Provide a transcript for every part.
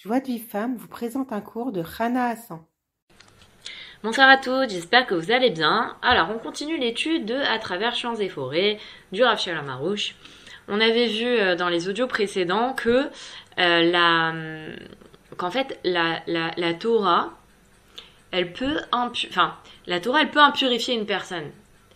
Joie de Vive Femme vous présente un cours de Rana Hassan. Bonsoir à toutes, j'espère que vous allez bien. Alors, on continue l'étude de À travers champs et forêts du Rav Shalom Aroush. On avait vu dans les audios précédents que la Torah, elle peut impurifier une personne.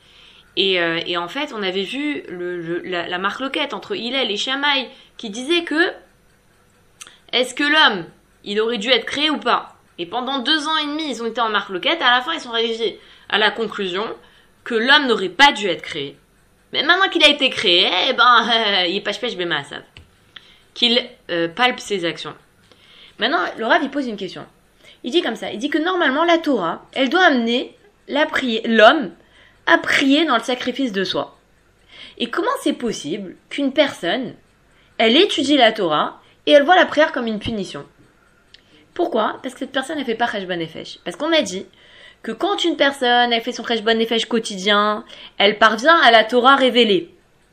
Et en fait, on avait vu la marloquette entre Hillel et Shammai qui disait que est-ce que l'homme, il aurait dû être créé ou pas? Et pendant 2 ans et demi, ils ont été en marloquette. À la fin, ils sont arrivés à la conclusion que l'homme n'aurait pas dû être créé. Mais maintenant qu'il a été créé, il est pêche bémassav. Qu'il palpe ses actions. Maintenant, le Rav, il pose une question. Il dit comme ça, il dit que normalement, la Torah, elle doit amener l'homme à prier dans le sacrifice de soi. Et comment c'est possible qu'une personne, elle étudie la Torah et elle voit la prière comme une punition? Pourquoi? Parce que cette personne, elle fait pas Cheshbon Nefesh. Parce qu'on a dit que quand une personne, elle fait son Cheshbon Nefesh quotidien, elle parvient à la Torah révélée.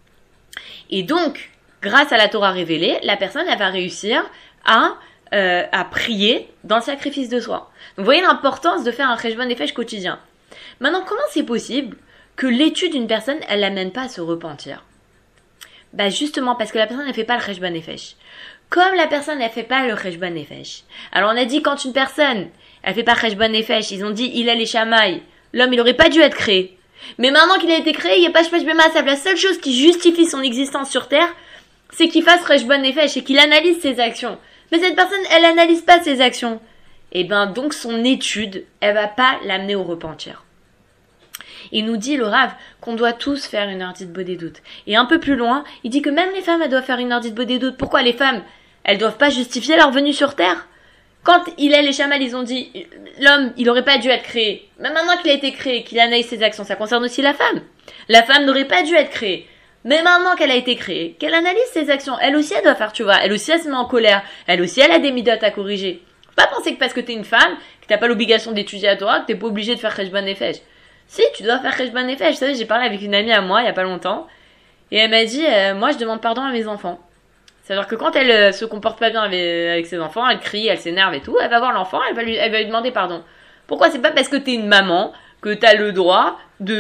Et donc, grâce à la Torah révélée, la personne, elle va réussir à prier dans le sacrifice de soi. Donc, vous voyez l'importance de faire un Cheshbon Nefesh quotidien. Maintenant, comment c'est possible que l'étude d'une personne, elle l'amène pas à se repentir? Bah, justement, parce que la personne, elle fait pas le Cheshbon Nefesh. Comme la personne, elle fait pas le Cheshbon Nefesh. Alors, on a dit quand une personne, elle fait pas Cheshbon Nefesh, ils ont dit, Hillel et Shammai, l'homme, il aurait pas dû être créé. Mais maintenant qu'il a été créé, il n'y a pas Shpesh Bemasav. La seule chose qui justifie son existence sur Terre, c'est qu'il fasse Cheshbon Nefesh et qu'il analyse ses actions. Mais cette personne, elle analyse pas ses actions. Et donc son étude, elle va pas l'amener au repentir. Il nous dit, le Rav, qu'on doit tous faire une heure d'Hitbod Edut. Et un peu plus loin, il dit que même les femmes, elles doivent faire une heure d'Hitbod Edut. Pourquoi les femmes, elles doivent pas justifier leur venue sur Terre? Quand Hillel et Shammai, ils ont dit, l'homme, il aurait pas dû être créé. Mais maintenant qu'il a été créé, qu'il analyse ses actions, ça concerne aussi la femme. La femme n'aurait pas dû être créée. Mais maintenant qu'elle a été créée, qu'elle analyse ses actions, elle aussi, elle doit faire tchouva. Elle aussi, elle se met en colère. Elle aussi, elle a des midotes à corriger. Faut pas penser que parce que t'es une femme, que t'as pas l'obligation d'étudier la Torah, que t'es pas obligé de faire Cheshbon Nefesh. Si, tu dois faire Cheshbon Nefesh. Vous savez, j'ai parlé avec une amie à moi, il y a pas longtemps. Et elle m'a dit, moi, je demande pardon à mes enfants. C'est-à-dire que quand elle se comporte pas bien avec ses enfants, elle crie, elle s'énerve et tout, elle va voir l'enfant, elle va lui demander pardon. Pourquoi? C'est pas parce que t'es une maman que t'as le droit t'as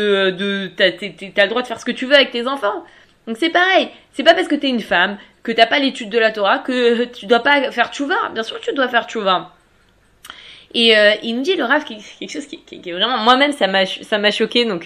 le droit de faire ce que tu veux avec tes enfants. Donc c'est pareil. C'est pas parce que t'es une femme que t'as pas l'étude de la Torah que tu dois pas faire tchouva. Bien sûr que tu dois faire tchouva. Et il nous dit, le Rav, quelque chose qui est vraiment, moi-même ça m'a choqué, donc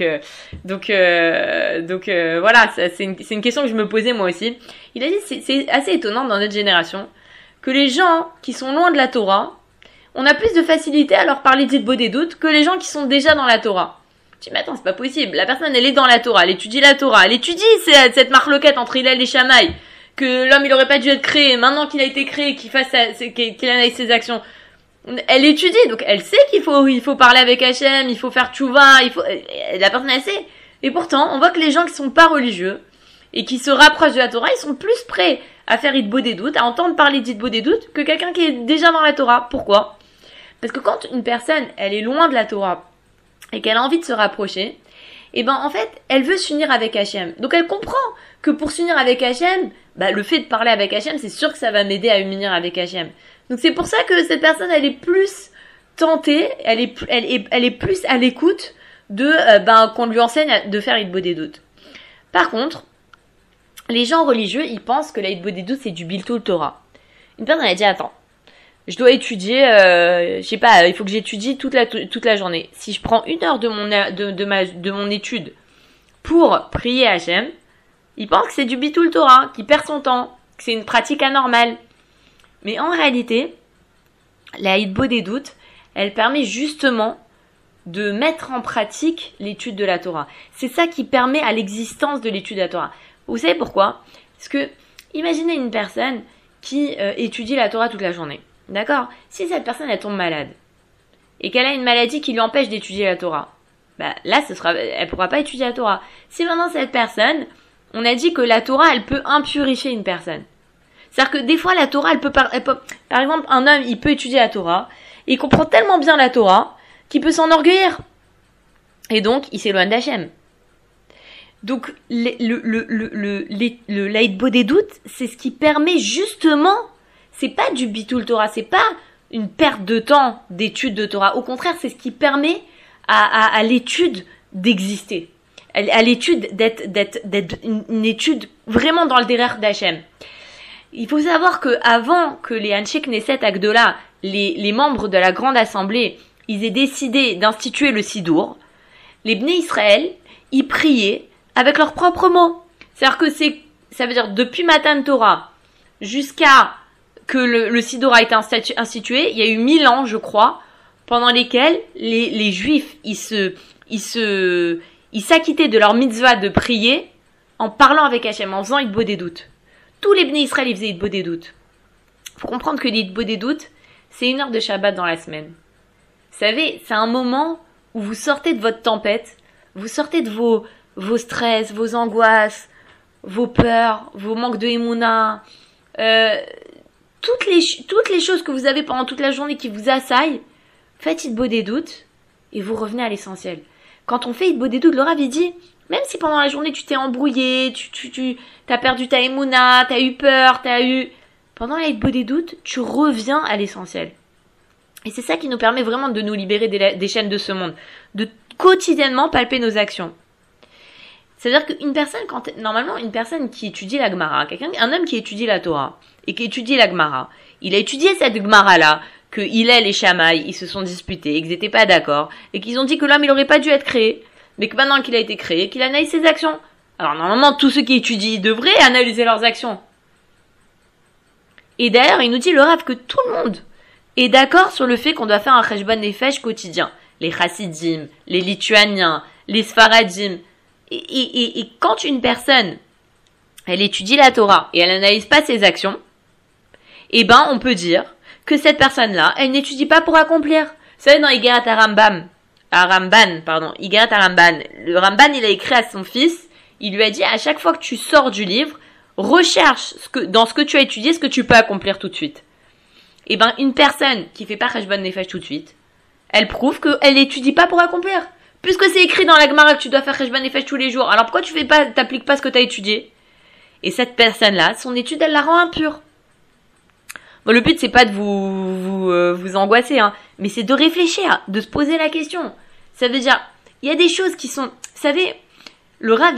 voilà, c'est une question que je me posais moi aussi. Il a dit, c'est assez étonnant dans notre génération que les gens qui sont loin de la Torah, on a plus de facilité à leur parler d'Hitbod Edut que les gens qui sont déjà dans la Torah. Je dis, mais attends, c'est pas possible. La personne, elle est dans la Torah, elle étudie la Torah, elle étudie cette marloquette entre Hillel et Shammai, que l'homme il aurait pas dû être créé, maintenant qu'il a été créé, qu'il analyse ses actions. Elle étudie, donc elle sait qu'il faut parler avec Hachem, il faut faire tchouva, la personne elle sait. Et pourtant, on voit que les gens qui sont pas religieux et qui se rapprochent de la Torah, ils sont plus prêts à faire Hitbod Edut, à entendre parler d'Hitbod Edut que quelqu'un qui est déjà dans la Torah. Pourquoi? Parce que quand une personne, elle est loin de la Torah et qu'elle a envie de se rapprocher, en fait, elle veut s'unir avec Hachem. Donc elle comprend que pour s'unir avec Hachem, le fait de parler avec Hachem, c'est sûr que ça va m'aider à unir avec Hachem. Donc c'est pour ça que cette personne, elle est plus tentée, elle est plus à l'écoute de qu'on lui enseigne de faire Hitbod Edut. Par contre, les gens religieux, ils pensent que la Hitbod Edut, c'est du Biltul Torah. Une personne, elle a dit, attends, je dois étudier, je sais pas, il faut que j'étudie toute la journée. Si je prends 1 heure de mon étude pour prier Hachem, il pense que c'est du Bitul Torah, qu'il perd son temps, que c'est une pratique anormale. Mais en réalité, la Hitbod Edut, elle permet justement de mettre en pratique l'étude de la Torah. C'est ça qui permet à l'existence de l'étude de la Torah. Vous savez pourquoi? Parce que, imaginez une personne qui étudie la Torah toute la journée. D'accord? Si cette personne, elle tombe malade, et qu'elle a une maladie qui lui empêche d'étudier la Torah, là, elle pourra pas étudier la Torah. Si maintenant cette personne, on a dit que la Torah, elle peut impurifier une personne. C'est-à-dire que des fois, la Torah, elle peut, par exemple, un homme, il peut étudier la Torah, et il comprend tellement bien la Torah, qu'il peut s'enorgueillir. Et donc, il s'éloigne d'Hachem. Donc, la Hitbod Edut, c'est ce qui permet justement c'est pas du bitul Torah, c'est pas une perte de temps d'étude de Torah. Au contraire, c'est ce qui permet à l'étude d'exister, à l'étude d'être une étude vraiment dans le derrière d'Hachem. Il faut savoir que avant que les Anshe Knesset Agdola, les membres de la grande assemblée, ils aient décidé d'instituer le Sidour, les Bnei Israël, ils priaient avec leurs propres mots. C'est-à-dire que ça veut dire depuis Matan Torah jusqu'à que le Sidour a été institué, il y a eu 1000 ans, je crois, pendant lesquels les Juifs, ils s'acquittaient de leur mitzvah de prier en parlant avec Hachem, en faisant Hitbo des doutes. Tous les Bnei Israël, ils faisaient Hitbo des doutes. Faut comprendre que l'Hitbo des doutes, c'est 1 heure de Shabbat dans la semaine. Vous savez, c'est un moment où vous sortez de votre tempête, vous sortez de vos stress, vos angoisses, vos peurs, vos manques de émouna, toutes les choses que vous avez pendant toute la journée qui vous assaillent, faites Hitbo des doutes et vous revenez à l'essentiel. Quand on fait Hitbo des doutes, le Rav il dit, même si pendant la journée tu t'es embrouillé, t'as perdu ta émouna, t'as eu peur, pendant la Hitbo des doutes, tu reviens à l'essentiel. Et c'est ça qui nous permet vraiment de nous libérer des chaînes de ce monde, de quotidiennement palper nos actions. C'est-à-dire qu'une personne, normalement, une personne qui étudie la Gemara, un homme qui étudie la Torah et qui étudie la Gemara, il a étudié cette Gemara-là, que Hillel et Shammai, ils se sont disputés, et qu'ils n'étaient pas d'accord, et qu'ils ont dit que l'homme, il aurait pas dû être créé, mais que maintenant qu'il a été créé, qu'il analyse ses actions. Alors normalement, tous ceux qui étudient, ils devraient analyser leurs actions. Et d'ailleurs, il nous dit le Rav que tout le monde est d'accord sur le fait qu'on doit faire un cheshbon nefesh quotidien. Les chassidim, les lituaniens, les sfaradim. Et quand une personne, elle étudie la Torah et elle n'analyse pas ses actions, eh ben, on peut dire que cette personne-là, elle n'étudie pas pour accomplir. Vous savez, dans Igerat Ramban, le Ramban, il a écrit à son fils, il lui a dit, à chaque fois que tu sors du livre, recherche dans ce que tu as étudié, ce que tu peux accomplir tout de suite. Eh ben, une personne qui fait pas cheshbon nefesh tout de suite, elle prouve qu'elle n'étudie pas pour accomplir. Puisque c'est écrit dans la Gemara que tu dois faire cheshbon nefesh tous les jours, alors pourquoi t'appliques pas ce que tu as étudié? Et cette personne-là, son étude, elle la rend impure. Bon, le but, c'est pas de vous angoisser, hein, mais c'est de réfléchir, de se poser la question. Ça veut dire, il y a des choses qui sont, vous savez, le Rav,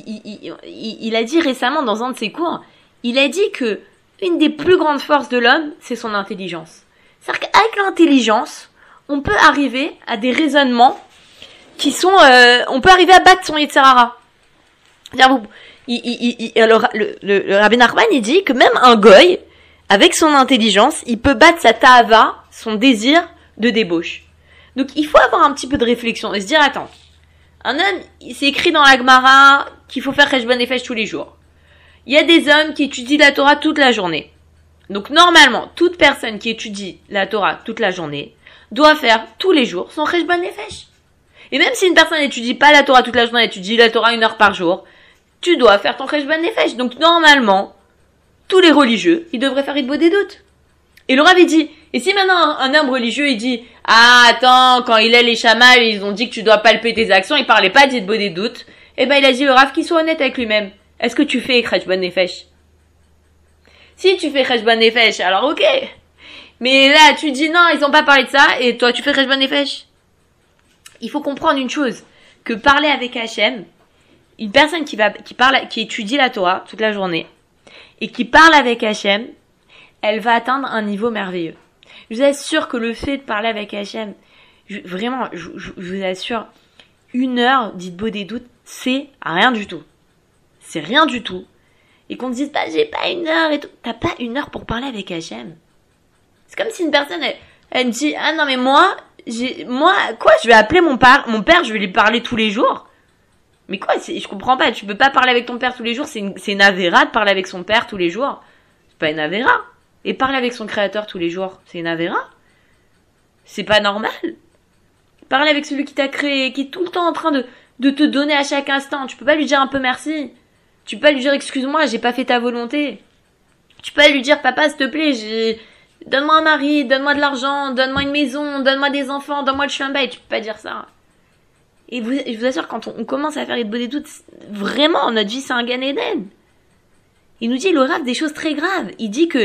il a dit récemment dans un de ses cours, il a dit que une des plus grandes forces de l'homme, c'est son intelligence. C'est-à-dire qu'avec l'intelligence, on peut arriver à des raisonnements qui sont, on peut arriver à battre son Yetzer Hara. C'est-à-dire, alors, le Rabbi Nachman, il dit que même un goy, avec son intelligence, il peut battre sa ta'ava, son désir de débauche. Donc, il faut avoir un petit peu de réflexion et se dire, attends, un homme, c'est écrit dans la Gemara qu'il faut faire cheshbon nefesh tous les jours. Il y a des hommes qui étudient la Torah toute la journée. Donc, normalement, toute personne qui étudie la Torah toute la journée doit faire tous les jours son cheshbon nefesh. Et même si une personne n'étudie pas la Torah toute la journée, elle étudie la Torah 1 heure par jour, tu dois faire ton cheshbon nefesh. Donc, normalement, tous les religieux, ils devraient faire Hitbo des doutes. Et le Rav, il dit, et si maintenant un homme religieux, il dit, ah, attends, quand Hillel et Shammai, ils ont dit que tu dois palper tes actions, ils parlaient pas d'Hitbo des doutes, eh ben, il a dit, le Rav, qu'il soit honnête avec lui-même. Est-ce que tu fais cheshbon nefesh? Si tu fais cheshbon nefesh, alors ok. Mais là, tu dis non, ils ont pas parlé de ça, et toi, tu fais cheshbon nefesh. Il faut comprendre une chose, que parler avec Hachem, une personne qui étudie la Torah toute la journée, et qui parle avec Hachem, elle va atteindre un niveau merveilleux. Je vous assure que le fait de parler avec Hachem, je vous assure, 1 heure d'Hitbo des doutes, c'est rien du tout. C'est rien du tout. Et qu'on te dise pas, j'ai pas 1 heure et tout. T'as pas 1 heure pour parler avec Hachem. C'est comme si une personne, elle me dit, ah non mais je vais appeler mon père, je vais lui parler tous les jours. Mais quoi, je comprends pas, tu peux pas parler avec ton père tous les jours, c'est une avéra de parler avec son père tous les jours. C'est pas une avéra. Et parler avec son créateur tous les jours, c'est une avéra. C'est pas normal. Parler avec celui qui t'a créé, qui est tout le temps en train de te donner à chaque instant. Tu peux pas lui dire un peu merci. Tu peux pas lui dire excuse-moi, j'ai pas fait ta volonté. Tu peux pas lui dire papa s'il te plaît, donne-moi un mari, donne-moi de l'argent, donne-moi une maison, donne-moi des enfants, donne-moi le chambay. Tu peux pas dire ça. Et je vous assure, quand on commence à faire Hitbo des doutes, vraiment, notre vie, c'est un Gan Eden. Il nous dit, le Rav, des choses très graves. Il dit que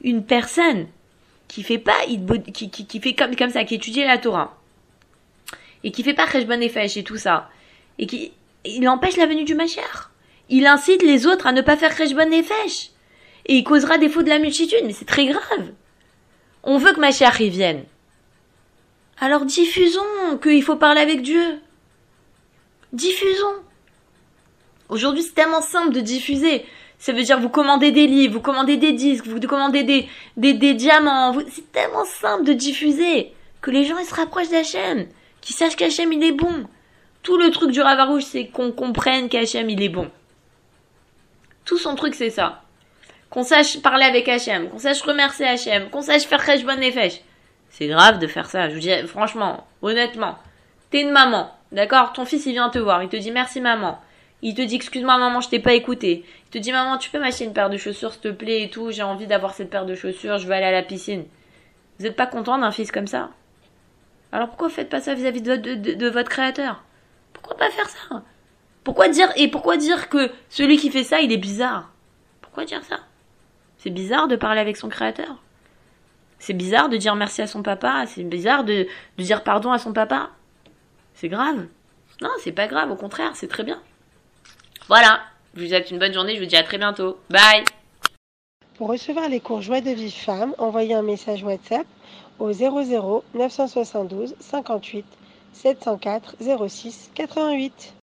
une personne qui fait pas qui fait comme ça, qui étudie la Torah et qui fait pas Cheshbon Nefesh et tout ça, et qui il empêche la venue du Mashiach. Il incite les autres à ne pas faire Cheshbon Nefesh et il causera des faux de la multitude, mais c'est très grave. On veut que Mashiach y vienne. Alors diffusons qu'il faut parler avec Dieu. Diffusons. Aujourd'hui, c'est tellement simple de diffuser. Ça veut dire vous commandez des livres, vous commandez des disques, vous commandez des diamants. C'est tellement simple de diffuser que les gens ils se rapprochent d'Hachem, qu'ils sachent qu'Hachem il est bon. Tout le truc du Rav Arush, c'est qu'on comprenne qu'Hachem il est bon. Tout son truc, c'est ça. Qu'on sache parler avec Hachem, qu'on sache remercier Hachem, qu'on sache faire Cheshbon Nefesh. C'est grave de faire ça, je vous dis franchement, honnêtement. T'es une maman, d'accord? Ton fils il vient te voir, il te dit merci maman. Il te dit excuse-moi maman, je t'ai pas écouté. Il te dit maman, tu peux m'acheter une paire de chaussures s'il te plaît et tout, j'ai envie d'avoir cette paire de chaussures, je veux aller à la piscine. Vous êtes pas content d'un fils comme ça? Alors pourquoi faites pas ça vis-à-vis de votre créateur? Pourquoi pas faire ça? Pourquoi dire que celui qui fait ça, il est bizarre? Pourquoi dire ça? C'est bizarre de parler avec son créateur. C'est bizarre de dire merci à son papa. C'est bizarre de dire pardon à son papa. C'est grave. Non, c'est pas grave, au contraire, c'est très bien. Voilà, je vous souhaite une bonne journée, je vous dis à très bientôt. Bye. Pour recevoir les cours Joie de Vive Femme, envoyez un message WhatsApp au 00 972 58 704 06 88.